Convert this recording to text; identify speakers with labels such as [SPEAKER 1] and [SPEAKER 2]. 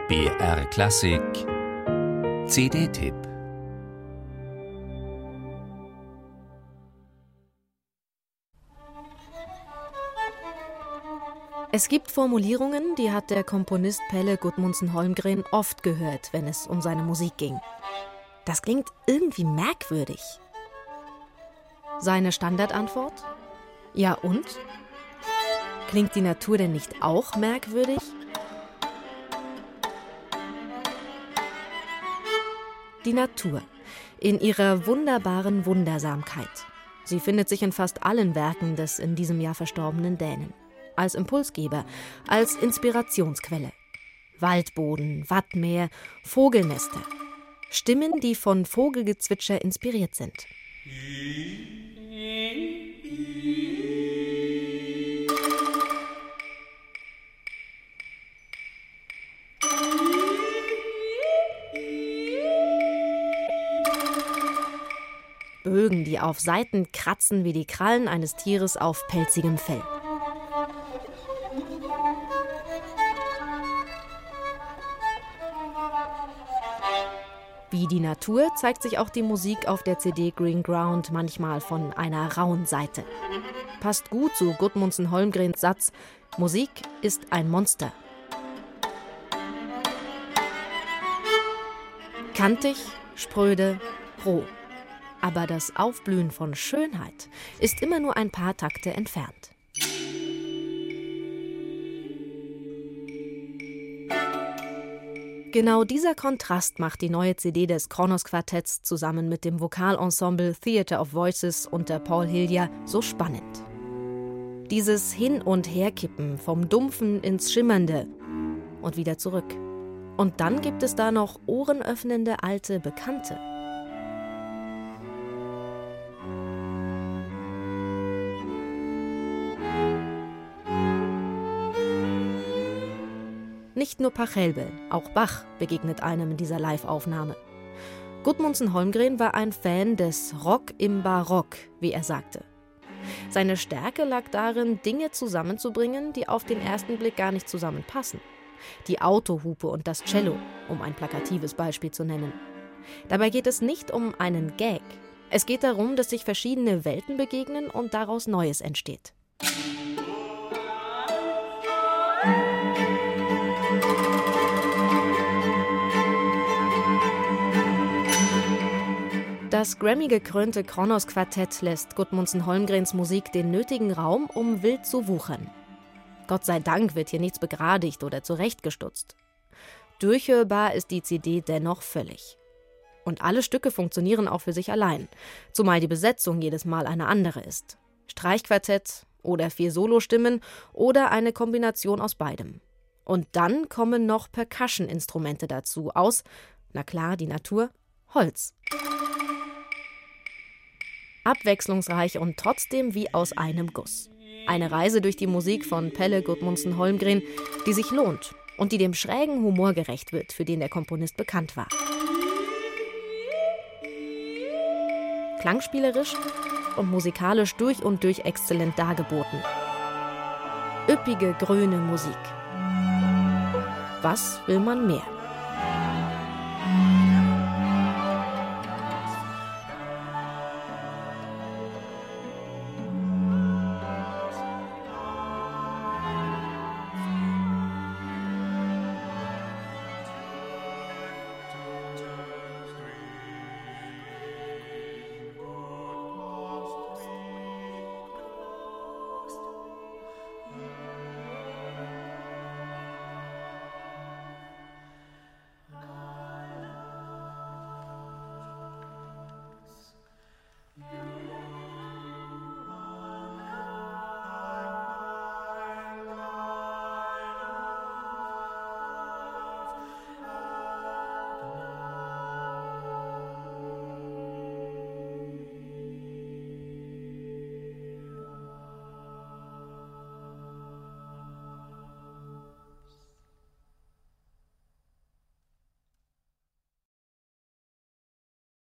[SPEAKER 1] BR Klassik CD-Tipp.
[SPEAKER 2] Es gibt Formulierungen, die hat der Komponist Pelle Gudmundsen-Holmgren oft gehört, wenn es um seine Musik ging. Das klingt irgendwie merkwürdig. Seine Standardantwort? Ja und? Klingt die Natur denn nicht auch merkwürdig? Die Natur in ihrer wunderbaren Wundersamkeit. Sie findet sich in fast allen Werken des in diesem Jahr verstorbenen Dänen. Als Impulsgeber, als Inspirationsquelle. Waldboden, Wattmeer, Vogelnester. Stimmen, die von Vogelgezwitscher inspiriert sind. Bögen, die auf Saiten kratzen wie die Krallen eines Tieres auf pelzigem Fell. Wie die Natur zeigt sich auch die Musik auf der CD Green Ground manchmal von einer rauen Seite. Passt gut zu Gudmundsen-Holmgrens Satz: Musik ist ein Monster. Kantig, spröde, roh. Aber das Aufblühen von Schönheit ist immer nur ein paar Takte entfernt. Genau dieser Kontrast macht die neue CD des Kronos Quartetts zusammen mit dem Vokalensemble Theatre of Voices unter Paul Hillier so spannend. Dieses Hin- und Herkippen vom Dumpfen ins Schimmernde und wieder zurück. Und dann gibt es da noch ohrenöffnende alte Bekannte. Nicht nur Pachelbel, auch Bach begegnet einem in dieser Live-Aufnahme. Gudmundsen-Holmgren war ein Fan des Rock im Barock, wie er sagte. Seine Stärke lag darin, Dinge zusammenzubringen, die auf den ersten Blick gar nicht zusammenpassen. Die Autohupe und das Cello, um ein plakatives Beispiel zu nennen. Dabei geht es nicht um einen Gag. Es geht darum, dass sich verschiedene Welten begegnen und daraus Neues entsteht. Das Grammy-gekrönte Kronos Quartett lässt Gudmundsen-Holmgrens Musik den nötigen Raum, um wild zu wuchern. Gott sei Dank wird hier nichts begradigt oder zurechtgestutzt. Durchhörbar ist die CD dennoch völlig. Und alle Stücke funktionieren auch für sich allein, zumal die Besetzung jedes Mal eine andere ist. Streichquartett oder 4 Solostimmen oder eine Kombination aus beidem. Und dann kommen noch Percussion-Instrumente dazu aus, na klar, die Natur, Holz. Abwechslungsreich und trotzdem wie aus einem Guss. Eine Reise durch die Musik von Pelle Gudmundsen-Holmgren, die sich lohnt und die dem schrägen Humor gerecht wird, für den der Komponist bekannt war. Klangspielerisch und musikalisch durch und durch exzellent dargeboten. Üppige, grüne Musik. Was will man mehr?